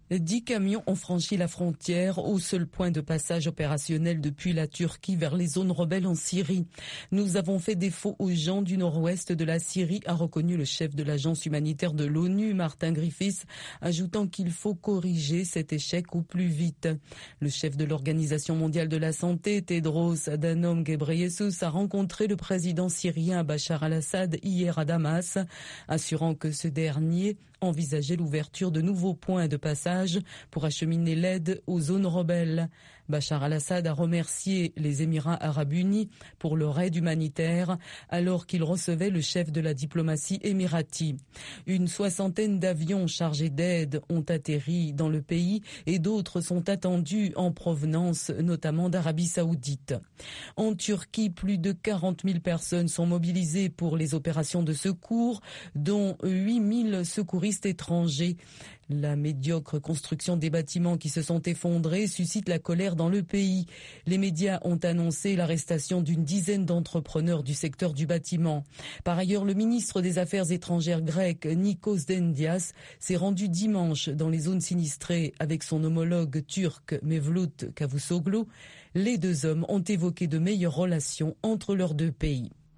10 camions ont franchi la frontière au seul point de passage opérationnel depuis la Turquie vers les zones rebelles en Syrie. Nous avons fait défaut aux gens du nord-ouest de la Syrie, a reconnu le chef de l'agence humanitaire de l'ONU, Martin Griffiths, ajoutant qu'il faut corriger cet échec au plus vite. Le chef de l'Organisation mondiale de la santé, Tedros Adhanom Ghebreyesus, a rencontré le président syrien Bachar al-Assad hier à Damas, assurant que ce dernier envisageait l'ouverture de nouveaux points de passage pour acheminer l'aide aux zones rebelles. Bachar al-Assad a remercié les Émirats arabes unis pour leur aide humanitaire alors qu'il recevait le chef de la diplomatie émirati. Une soixantaine d'avions chargés d'aide ont atterri dans le pays et d'autres sont attendus en provenance notamment d'Arabie saoudite. En Turquie, plus de 40 000 personnes sont mobilisées pour les opérations de secours, dont 8 000 secouristes étrangers. La médiocre construction des bâtiments qui se sont effondrés suscite la colère dans le pays. Les médias ont annoncé l'arrestation d'une dizaine d'entrepreneurs du secteur du bâtiment. Par ailleurs, le ministre des Affaires étrangères grec, Nikos Dendias, s'est rendu dimanche dans les zones sinistrées avec son homologue turc Mevlut Cavusoglu. Les deux hommes ont évoqué de meilleures relations entre leurs deux pays.